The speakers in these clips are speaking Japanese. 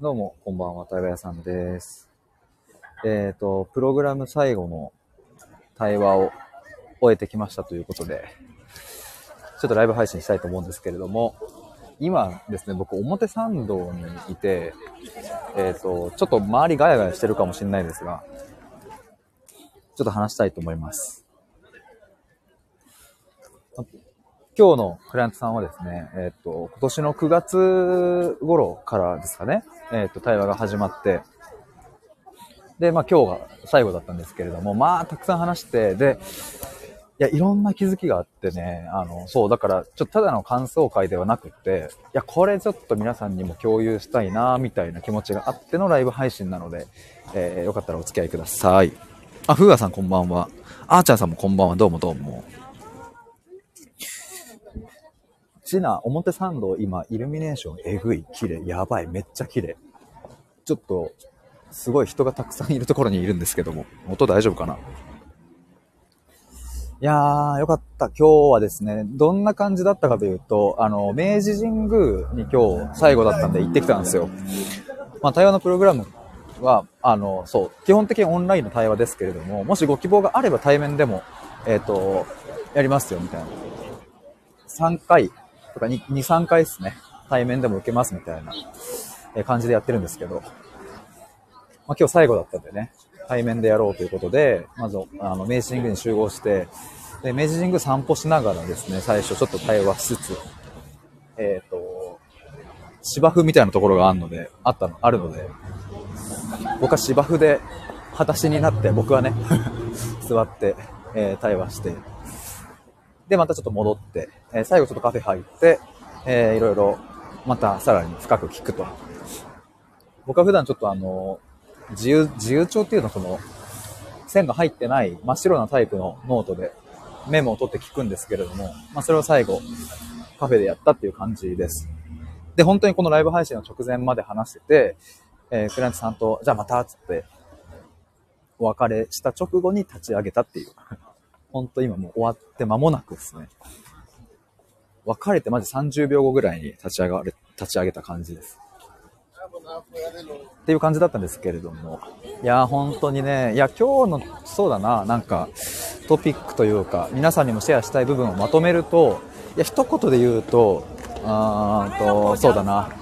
どうも、こんばんは、対話屋さんです。プログラム最後の対話を終えてきましたということで、ちょっとライブ配信したいと思うんですけれども、今ですね、僕、表参道にいて、ちょっと周りガヤガヤしてるかもしれないですが、ちょっと話したいと思います。今日のクライアントさんはですね、今年の9月頃からですかね、対話が始まって、で、今日が最後だったんですけれども、たくさん話して、で、いろんな気づきがあってね、そう、だから、ちょっとただの感想会ではなくって、これちょっと皆さんにも共有したいな、みたいな気持ちがあってのライブ配信なので、よかったらお付き合いください。ふうがさんこんばんは。あーちゃんさんもこんばんは。どうもどうも。シナ、表参道、今、イルミネーション、えぐい、綺麗、やばい、めっちゃ綺麗。ちょっと、すごい人がたくさんいるところにいるんですけども、音大丈夫かな？よかった。今日はですね、どんな感じだったかというと、明治神宮に今日最後だったんで行ってきたんですよ。対話のプログラムは、そう、基本的にオンラインの対話ですけれども、もしご希望があれば対面でも、やりますよ、みたいな。3回とか2、3回ですね。対面でも受けますみたいな感じでやってるんですけど、今日最後だったんでね、対面でやろうということで、まず、明治神宮に集合して、で、明治神宮散歩しながらですね、最初ちょっと対話しつつ、芝生みたいなところがあるので、僕は芝生で裸足になって、僕はね、座って、対話して、で、またちょっと戻って、最後ちょっとカフェ入って、いろいろ、またさらに深く聞くと。僕は普段ちょっと自由帳っていうのその、線が入ってない真っ白なタイプのノートでメモを取って聞くんですけれども、それを最後カフェでやったっていう感じです。で、本当にこのライブ配信の直前まで話してて、クライアントさんと、じゃあまたっつってお別れした直後に立ち上げたっていう。本当今もう終わって間もなくですね。別れてマジ30秒後ぐらいに立ち上げた感じです。っていう感じだったんですけれども、本当にね、今日のそうだな、なんかトピックというか皆さんにもシェアしたい部分をまとめると、一言で言うと、そうだな、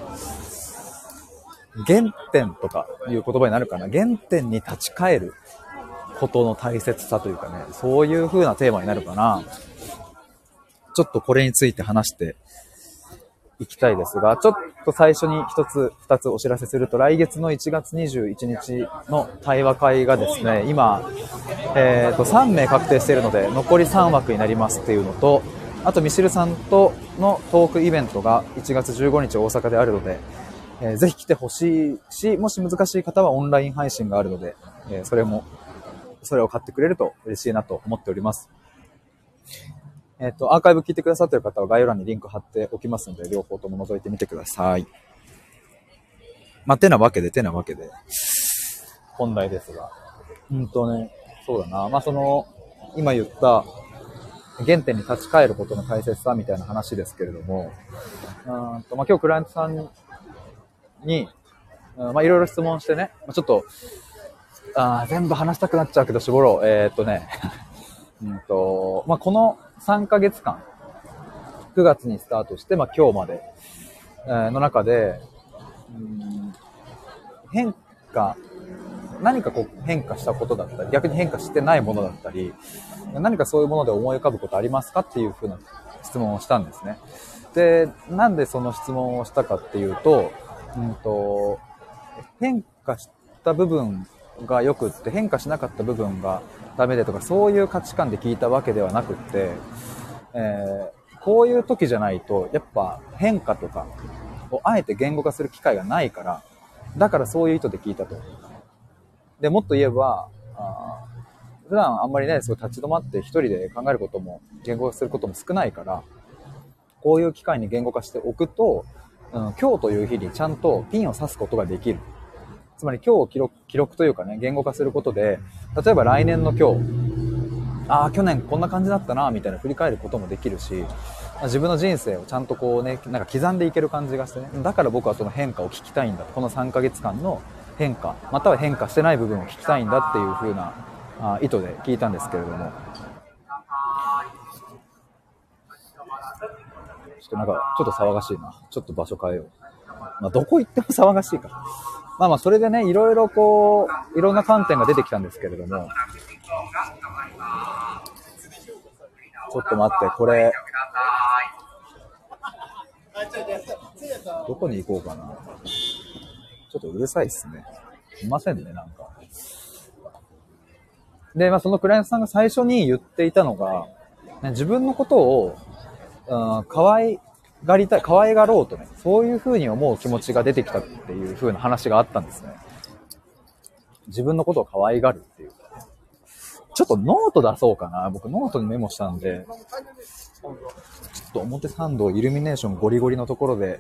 原点とかいう言葉になるかな。原点に立ち返ることの大切さというかね、そういう風なテーマになるかな。ちょっとこれについて話していきたいですが、ちょっと最初に二つお知らせすると、来月の1月21日の対話会がですね、今、3名確定しているので、残り3枠になりますっていうのと、あとミシルさんとのトークイベントが1月15日大阪であるので、ぜひ来てほしいし、もし難しい方はオンライン配信があるので、それを買ってくれると嬉しいなと思っております。アーカイブ聞いてくださっている方は概要欄にリンク貼っておきますので、両方とも覗いてみてください。てなわけで、本題ですが。そうだな。今言った、原点に立ち返ることの大切さみたいな話ですけれども、今日クライアントさんに、いろいろ質問してね、ちょっと、全部話したくなっちゃうけど絞ろう。この3ヶ月間、9月にスタートして、今日まで、の中で、何か変化したことだったり、逆に変化してないものだったり、何かそういうもので思い浮かぶことありますかっていう風な質問をしたんですね。で、なんでその質問をしたかっていうと、変化した部分が良くって変化しなかった部分がダメでとか、そういう価値観で聞いたわけではなくって、こういう時じゃないとやっぱ変化とかをあえて言語化する機会がないから、だからそういう意図で聞いたと。でもっと言えば、普段あんまりね、そう立ち止まって一人で考えることも言語化することも少ないから、こういう機会に言語化しておくと、今日という日にちゃんとピンを刺すことができる。つまり今日を記録というかね、言語化することで、例えば来年の今日、去年こんな感じだったなみたいな振り返ることもできるし、 自分の人生をちゃんとこうね、なんか刻んでいける感じがしてね。だから僕はその変化を聞きたいんだ。この3ヶ月間の変化、または変化してない部分を聞きたいんだっていう風な意図で聞いたんですけれども。ちょっと騒がしいな。ちょっと場所変えよう。まあ、どこ行っても騒がしいから。まあまあ、それでね、いろいろこう、いろんな観点が出てきたんですけれども。ちょっと待って、これ、どこに行こうかな。ちょっとうるさいっすね。すいませんね、なんか。で、まあそのクライアントさんが最初に言っていたのが、ね、自分のことを、可愛がりたい、可愛がろうとね、そういう風に思う気持ちが出てきたっていう風な話があったんですね。自分のことを可愛がるっていう。ちょっとノート出そうかな。僕ノートにメモしたんで、ちょっと表参道イルミネーションゴリゴリのところで、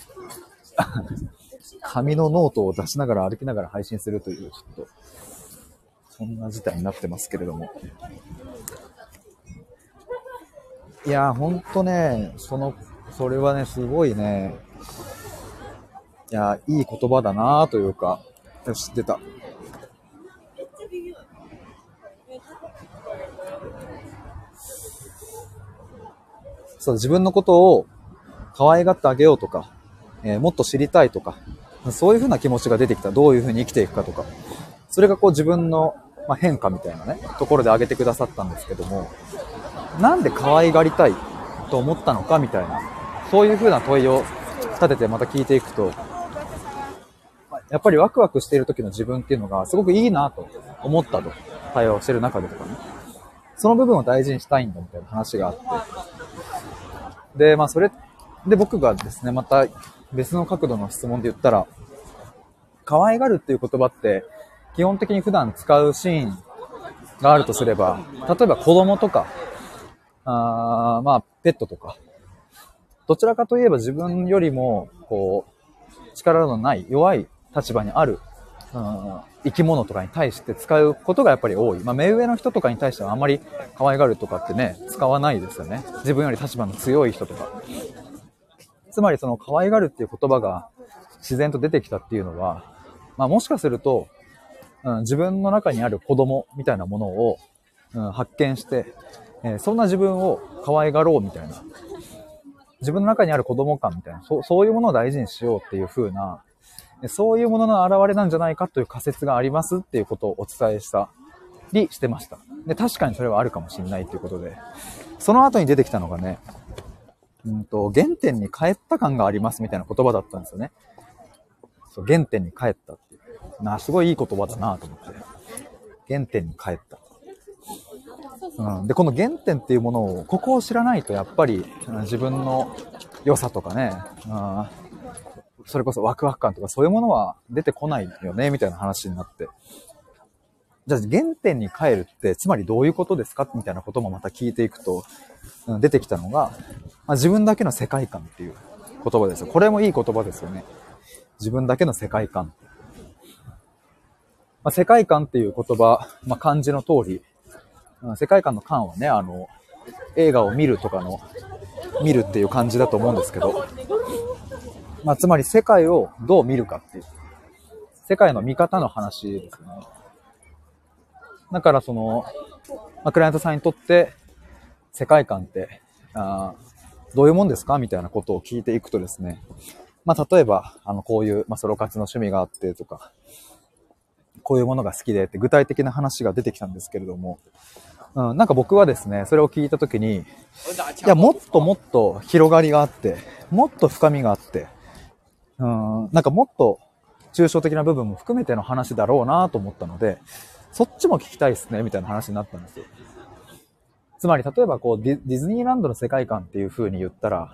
紙のノートを出しながら歩きながら配信するという、ちょっと、そんな事態になってますけれども。いやー、ほんとね、それはね、すごいね、いやー、いい言葉だなというか、知ってた。そう、自分のことを可愛がってあげようとか、もっと知りたいとか、そういう風な気持ちが出てきた。どういう風に生きていくかとか。それがこう自分の、変化みたいなね、ところで挙げてくださったんですけども、なんで可愛がりたいと思ったのかみたいな、そういう風な問いを立ててまた聞いていくと、やっぱりワクワクしている時の自分っていうのがすごくいいなと思ったと。対話をしてる中でとかね。その部分を大事にしたいんだみたいな話があって。で、それで僕がですね、また別の角度の質問で言ったら、可愛がるっていう言葉って基本的に普段使うシーンがあるとすれば、例えば子供とか、ペットとか、どちらかといえば自分よりもこう力のない弱い立場にある、生き物とかに対して使うことがやっぱり多い。目上の人とかに対してはあんまり可愛がるとかってね、使わないですよね。自分より立場の強い人とか。つまりその可愛がるっていう言葉が自然と出てきたっていうのは、もしかすると、自分の中にある子供みたいなものを、発見して、そんな自分を可愛がろうみたいな、自分の中にある子供感みたいな、そういうものを大事にしようっていう風な、そういうものの表れなんじゃないかという仮説がありますっていうことをお伝えしたりしてました。で、確かにそれはあるかもしれないということで、その後に出てきたのがね、原点に帰った感がありますみたいな言葉だったんですよね。そう、原点に帰ったっていう。すごいいい言葉だなと思って。原点に帰った。で、この原点っていうものを、ここを知らないとやっぱり自分の良さとかね、それこそワクワク感とかそういうものは出てこないよね、みたいな話になって。じゃあ原点に帰るってつまりどういうことですかみたいなこともまた聞いていくと、出てきたのが、自分だけの世界観っていう言葉ですよ。これもいい言葉ですよね。自分だけの世界観。世界観っていう言葉、漢字の通り、世界観の観はね、映画を見るとかの見るっていう漢字だと思うんですけど、つまり世界をどう見るかっていう、世界の見方の話ですよね。だからその、クライアントさんにとって世界観ってどういうもんですかみたいなことを聞いていくとですね、例えばこういう、ソロ活の趣味があってとか、こういうものが好きでって具体的な話が出てきたんですけれども、なんか僕はですね、それを聞いたときに、いや、もっともっと広がりがあって、もっと深みがあって、なんかもっと抽象的な部分も含めての話だろうなと思ったので、そっちも聞きたいですね、みたいな話になったんですよ。つまり、例えばこうディズニーランドの世界観っていう風に言ったら、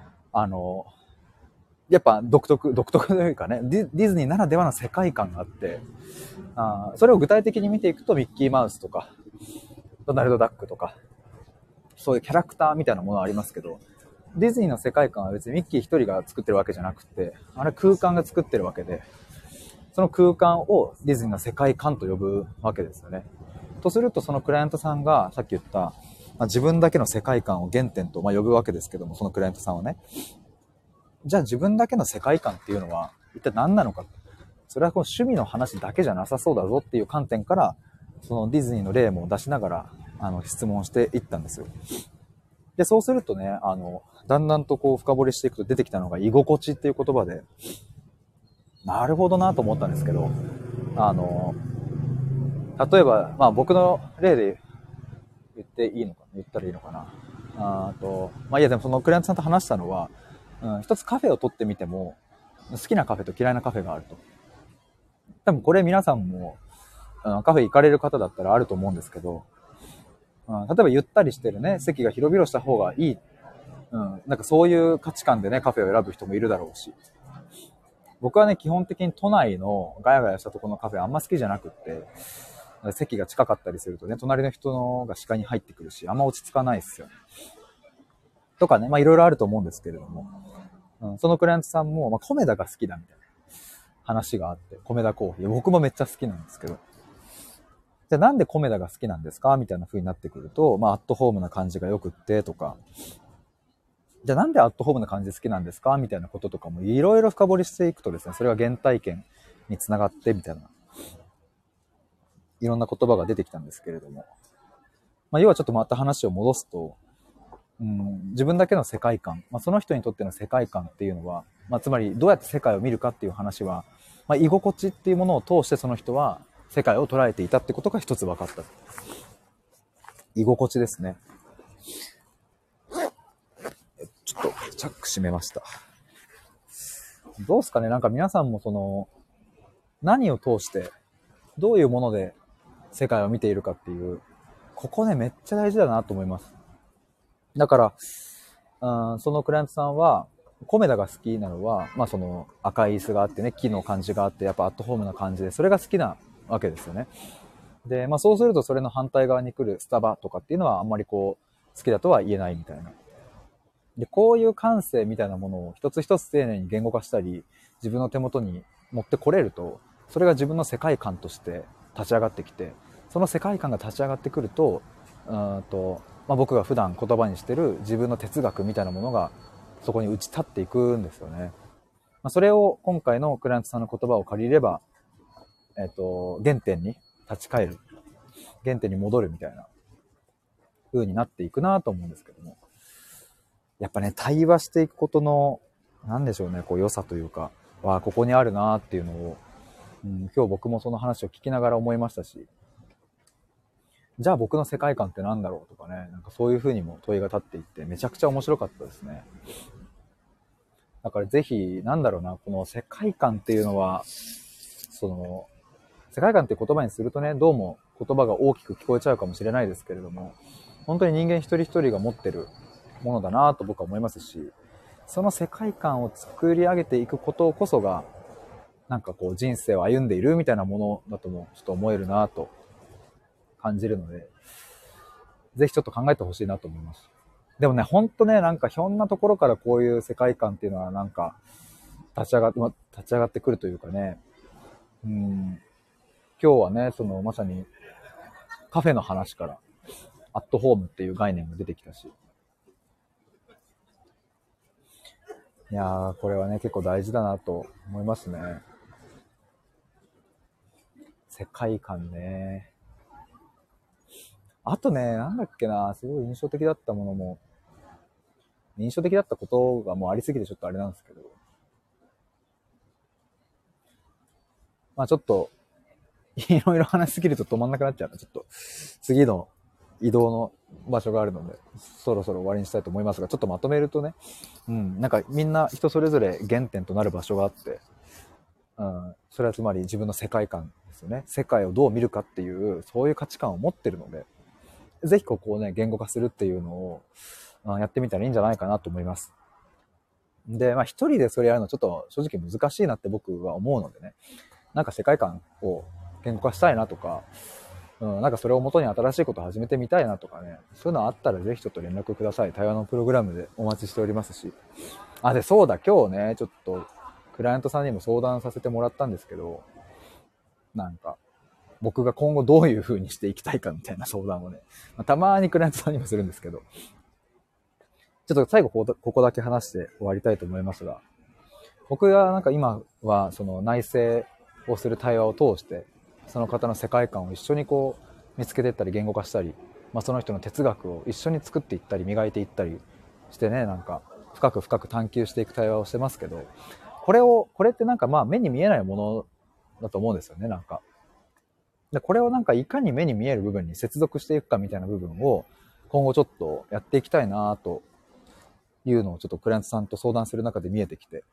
やっぱ独特というかね、ディズニーならではの世界観があって、それを具体的に見ていくとミッキーマウスとか、ドナルドダックとか、そういうキャラクターみたいなものはありますけど、ディズニーの世界観は別にミッキー一人が作ってるわけじゃなくて、あれ空間が作ってるわけで、その空間をディズニーの世界観と呼ぶわけですよね。とするとそのクライアントさんがさっき言った自分だけの世界観を原点と、呼ぶわけですけども、そのクライアントさんはね。じゃあ自分だけの世界観っていうのは一体何なのか。それはこの趣味の話だけじゃなさそうだぞっていう観点から、そのディズニーの例も出しながら、質問していったんですよ。で、そうするとね、だんだんとこう深掘りしていくと出てきたのが居心地っていう言葉で、なるほどなと思ったんですけど、例えば、僕の例で言ったらいいのかな。いやでもそのクライアントさんと話したのは、一つカフェを取ってみても、好きなカフェと嫌いなカフェがあると。多分これ皆さんも、カフェ行かれる方だったらあると思うんですけど、例えばゆったりしてるね、席が広々した方がいい。なんかそういう価値観でね、カフェを選ぶ人もいるだろうし。僕はね、基本的に都内のガヤガヤしたところのカフェあんま好きじゃなくって、席が近かったりするとね、隣の人のが視界に入ってくるし、あんま落ち着かないですよ。とかね、いろいろあると思うんですけれども、そのクライアントさんも、コメダが好きだみたいな話があって、コメダコーヒー。僕もめっちゃ好きなんですけど、じゃあなんでコメダが好きなんですかみたいな風になってくると、アットホームな感じが良くってとか、じゃあなんでアットホームな感じ好きなんですかみたいなこととかもいろいろ深掘りしていくとですね、それが原体験につながってみたいな、いろんな言葉が出てきたんですけれども、要はちょっとまた話を戻すと、自分だけの世界観、その人にとっての世界観っていうのは、つまりどうやって世界を見るかっていう話は、居心地っていうものを通してその人は世界を捉えていたってことが一つ分かった。居心地ですね。ちょっとチャック閉めました。どうすかね、なんか皆さんもその何を通してどういうもので世界を見ているかっていう、ここねめっちゃ大事だなと思います。だから、そのクライアントさんはコメダが好きなのは、その赤い椅子があってね、木の感じがあって、やっぱアットホームな感じで、それが好きなわけですよね。で、そうするとそれの反対側に来るスタバとかっていうのはあんまりこう好きだとは言えないみたいな。で、こういう感性みたいなものを一つ一つ丁寧に言語化したり、自分の手元に持ってこれると、それが自分の世界観として立ち上がってきて、その世界観が立ち上がってくると、僕が普段言葉にしてる自分の哲学みたいなものがそこに打ち立っていくんですよね。それを今回のクライアントさんの言葉を借りれば、原点に立ち返る。原点に戻るみたいな風になっていくなと思うんですけども。やっぱね、対話していくことの、なんでしょうね、こう良さというか、ここにあるなっていうのを、今日僕もその話を聞きながら思いましたし、じゃあ僕の世界観って何だろうとかね、なんかそういう風にも問いが立っていってめちゃくちゃ面白かったですね。だからぜひ、なんだろうな、この世界観っていうのは、その、世界観って言葉にするとね、どうも言葉が大きく聞こえちゃうかもしれないですけれども、本当に人間一人一人が持ってるものだなと僕は思いますし、その世界観を作り上げていくことこそが、なんかこう人生を歩んでいるみたいなものだともちょっと思えるなと感じるので、ぜひちょっと考えてほしいなと思います。でもね、ほんとね、なんかひょんなところからこういう世界観っていうのはなんか立ち上がってくるというかね、今日はね、そのまさにカフェの話からアットホームっていう概念が出てきたし、いやー、これはね、結構大事だなと思いますね。世界観ね。あとね、なんだっけな、すごい印象的だったものも、印象的だったことがもうありすぎてちょっとあれなんですけど、ちょっと、いろいろ話しすぎると止まんなくなっちゃうの。ちょっと、次の移動の場所があるので、そろそろ終わりにしたいと思いますが、ちょっとまとめるとね、なんかみんな人それぞれ原点となる場所があって、それはつまり自分の世界観ですよね。世界をどう見るかっていう、そういう価値観を持ってるので、ぜひここをね、言語化するっていうのを、やってみたらいいんじゃないかなと思います。で、一人でそれやるのちょっと正直難しいなって僕は思うのでね、なんか世界観を言語化したいなとか、なんかそれを元に新しいことを始めてみたいなとかね、そういうのあったらぜひちょっと連絡ください。対話のプログラムでお待ちしておりますし。で、そうだ、今日ね、ちょっとクライアントさんにも相談させてもらったんですけど、なんか、 僕が今後どういう風にしていきたいかみたいな相談をね、たまにクライアントさんにもするんですけど、ちょっと最後ここだけ話して終わりたいと思いますが、僕がなんか今はその内省をする対話を通して、その方の世界観を一緒にこう見つけていったり言語化したり、その人の哲学を一緒に作っていったり磨いていったりしてね、なんか深く探求していく対話をしてますけど、これってなんか目に見えないものだと思うんですよね、なんか。で、これをなんかいかに目に見える部分に接続していくかみたいな部分を今後ちょっとやっていきたいなというのをちょっとクライアントさんと相談する中で見えてきて、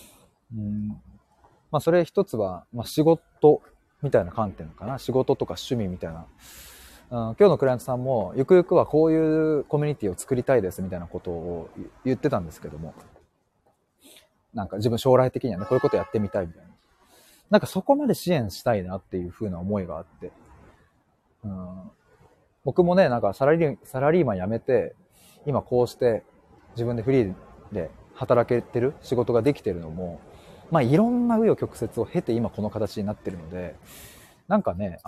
それ一つは、仕事みたいな観点かな。仕事とか趣味みたいな。今日のクライアントさんもゆくゆくはこういうコミュニティを作りたいですみたいなことを言ってたんですけども、なんか自分将来的にはね、こういうことやってみたいみたいな。なんかそこまで支援したいなっていう風な思いがあって、僕もね、なんかサラリーマン辞めて、今こうして自分でフリーで働けてる仕事ができてるのも、いろんな紆余曲折を経て今この形になってるので、なんかね、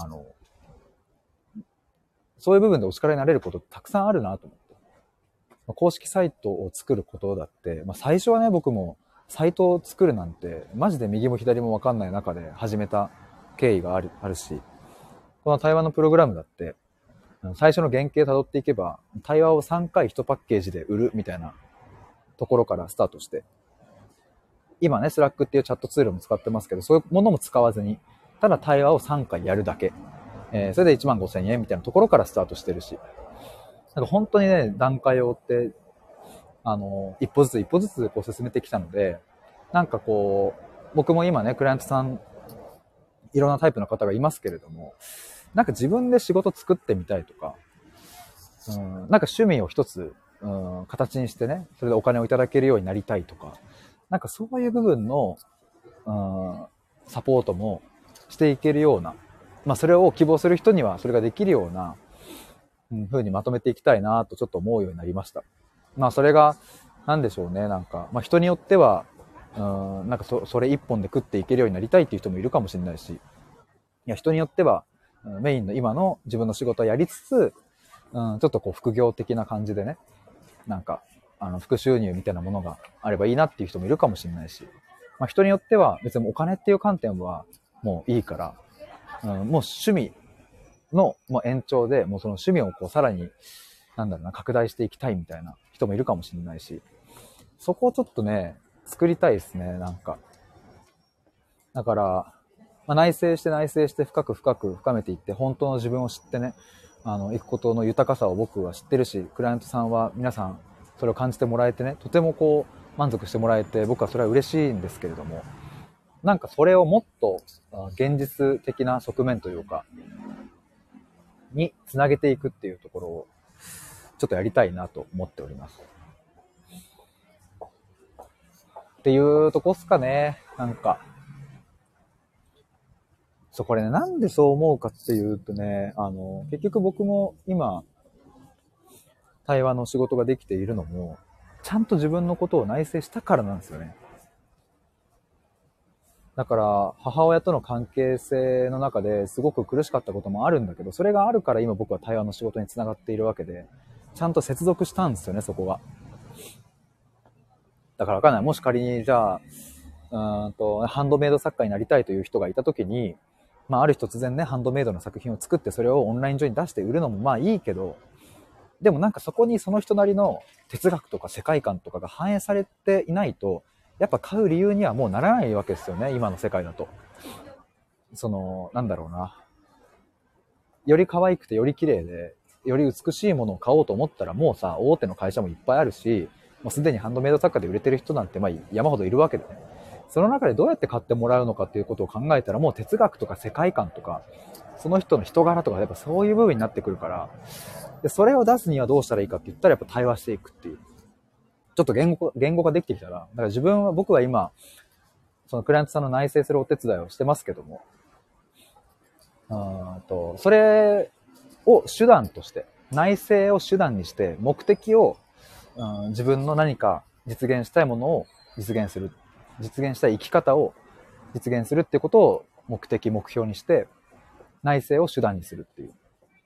そういう部分でお力になれることたくさんあるなと思って。公式サイトを作ることだって、最初はね、僕もサイトを作るなんて、マジで右も左も分かんない中で始めた経緯があるし、この対話のプログラムだって、最初の原型辿っていけば、対話を3回1パッケージで売るみたいなところからスタートして、今ね、スラックっていうチャットツールも使ってますけど、そういうものも使わずに、ただ対話を3回やるだけ。それで15,000円みたいなところからスタートしてるし、なんか本当にね、段階を追って、一歩ずつこう進めてきたので、なんかこう、僕も今ね、クライアントさん、いろんなタイプの方がいますけれども、なんか自分で仕事作ってみたいとか、なんか趣味を一つ、形にしてね、それでお金をいただけるようになりたいとか、なんかそういう部分の、サポートもしていけるような、それを希望する人にはそれができるような、風にまとめていきたいなとちょっと思うようになりました。それが、なんでしょうね、なんか、人によっては、なんかそれ一本で食っていけるようになりたいっていう人もいるかもしれないし、いや、人によっては、メインの今の自分の仕事をやりつつ、ちょっとこう副業的な感じでね、なんか、副収入みたいなものがあればいいなっていう人もいるかもしれないし、人によっては別にお金っていう観点はもういいから、もう趣味の延長で、もうその趣味をこうさらに、拡大していきたいみたいな人もいるかもしれないし、そこをちょっとね、作りたいですね、なんか。だから、内省して深めていって、本当の自分を知ってね、行くことの豊かさを僕は知ってるし、クライアントさんは皆さんそれを感じてもらえてね、とてもこう満足してもらえて、僕はそれは嬉しいんですけれども、なんかそれをもっと現実的な側面というか、につなげていくっていうところを、ちょっとやりたいなと思っております。っていうとこっすかね、なんか。これね、なんでそう思うかっていうとね、結局僕も今、対話の仕事ができているのも、ちゃんと自分のことを内省したからなんですよね。だから、母親との関係性の中ですごく苦しかったこともあるんだけど、それがあるから今僕は対話の仕事につながっているわけで、ちゃんと接続したんですよね、そこが。だからわかんない。もし仮に、じゃあ、ハンドメイド作家になりたいという人がいたときに、ある日突然ね、ハンドメイドの作品を作ってそれをオンライン上に出して売るのもいいけど、でもなんかそこにその人なりの哲学とか世界観とかが反映されていないと、やっぱ買う理由にはもうならないわけですよね、今の世界だと。より可愛くてより綺麗で、より美しいものを買おうと思ったらもうさ、大手の会社もいっぱいあるし、もうすでにハンドメイド作家で売れてる人なんて山ほどいるわけでね。その中でどうやって買ってもらうのかっていうことを考えたら、もう哲学とか世界観とか、その人の人柄とか、やっぱそういう部分になってくるから、でそれを出すにはどうしたらいいかって言ったら、やっぱ対話していくっていう。ちょっと言語ができてきたら、だから僕は今、そのクライアントさんの内省するお手伝いをしてますけども、それを手段として、内省を手段にして、目的を、自分の何か実現したいものを実現する。実現したい生き方を実現するっていうことを目的、目標にして、 内政を手段にするっていう。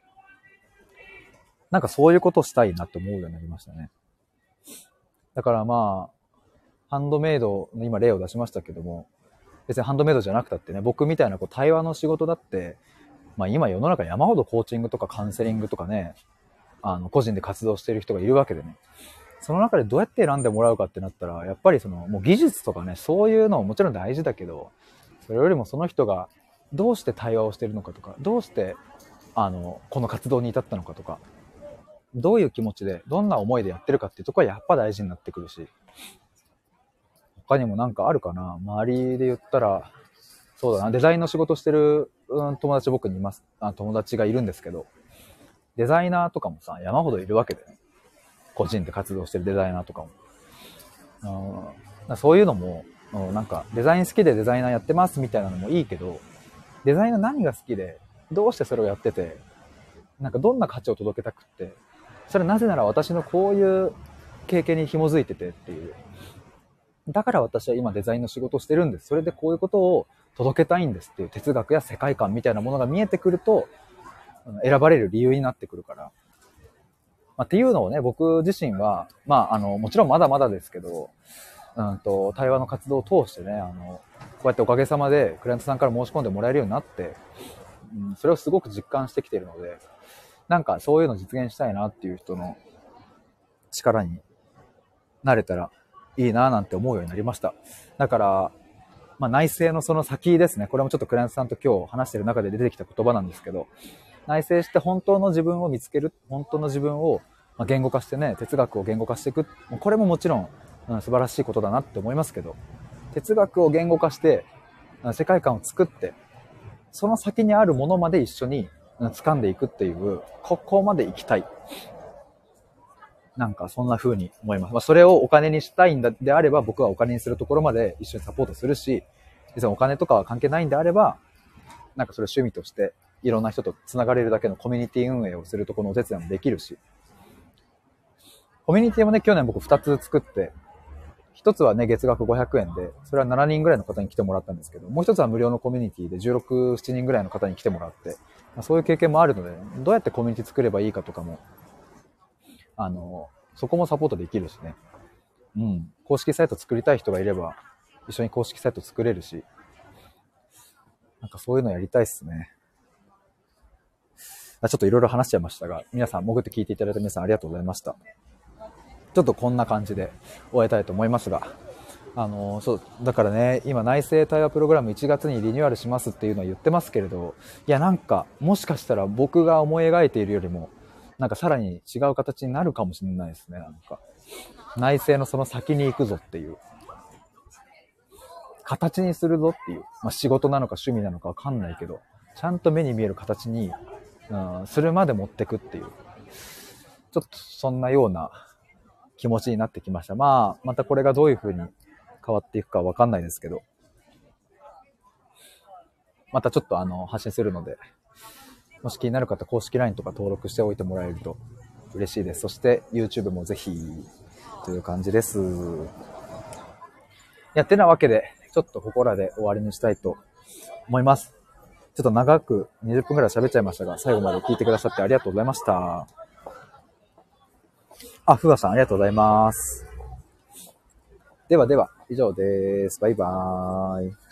なんかそういうことをしたいなって思うようになりましたね。だからまあ、ハンドメイドの今例を出しましたけども、別にハンドメイドじゃなくたってね、僕みたいなこう対話の仕事だって、まあ今世の中山ほどコーチングとかカウンセリングとかね、個人で活動している人がいるわけでね。その中でどうやって選んでもらうかってなったら、やっぱりそのもう技術とかね、そういうのももちろん大事だけど、それよりもその人がどうして対話をしているのかとか、どうしてこの活動に至ったのかとか、どういう気持ちで、どんな思いでやってるかっていうところはやっぱ大事になってくるし、他にもなんかあるかな、周りで言ったら、そうだな、デザインの仕事してる、友達僕にいます。友達がいるんですけど、デザイナーとかもさ、山ほどいるわけでね。個人で活動してるデザイナーとかも。そういうのも、なんかデザイン好きでデザイナーやってますみたいなのもいいけど、デザイナー何が好きで、どうしてそれをやってて、なんかどんな価値を届けたくって、それなぜなら私のこういう経験に紐づいててっていう。だから私は今デザインの仕事をしてるんです。それでこういうことを届けたいんですっていう哲学や世界観みたいなものが見えてくると、選ばれる理由になってくるから。っていうのをね、僕自身は、もちろんまだまだですけど、対話の活動を通してね、こうやっておかげさまでクライアントさんから申し込んでもらえるようになって、それをすごく実感してきているので、なんかそういうのを実現したいなっていう人の力になれたらいいななんて思うようになりました。だから、内政のその先ですね。これもちょっとクライアントさんと今日話してる中で出てきた言葉なんですけど、内省して本当の自分を見つける、本当の自分を言語化してね、哲学を言語化していく。これももちろん、素晴らしいことだなって思いますけど、哲学を言語化して、世界観を作って、その先にあるものまで一緒に掴んでいくっていう、ここまで行きたい。なんかそんな風に思います。それをお金にしたいんであれば、僕はお金にするところまで一緒にサポートするし、別にお金とかは関係ないんであれば、なんかそれ趣味としていろんな人とつながれるだけのコミュニティ運営をするところのお手伝いもできるし、コミュニティもね、去年僕2つ作って、1つはね、月額500円で、それは7人ぐらいの方に来てもらったんですけど、もう1つは無料のコミュニティで16、7人ぐらいの方に来てもらって、そういう経験もあるので、どうやってコミュニティ作ればいいかとかも、そこもサポートできるしね。公式サイト作りたい人がいれば、一緒に公式サイト作れるし、なんかそういうのやりたいっすね。ちょっといろいろ話しちゃいましたが、皆さん潜って聞いていただいた皆さんありがとうございました。ちょっとこんな感じで終えたいと思いますが、だからね、今内政対話プログラム1月にリニューアルしますっていうのは言ってますけれど、いやなんかもしかしたら僕が思い描いているよりもなんかさらに違う形になるかもしれないですね。なんか内政のその先に行くぞっていう、形にするぞっていう、仕事なのか趣味なのかわかんないけど、ちゃんと目に見える形に、するまで持ってくっていう、ちょっとそんなような気持ちになってきました。またこれがどういう風に変わっていくかわかんないですけど、またちょっと発信するので、もし気になる方公式 LINE とか登録しておいてもらえると嬉しいです。そして YouTube もぜひという感じです。てなわけでちょっとここらで終わりにしたいと思います。ちょっと長く20分くらい喋っちゃいましたが、最後まで聞いてくださってありがとうございました。ふわさんありがとうございます。ではでは以上です。バイバーイ。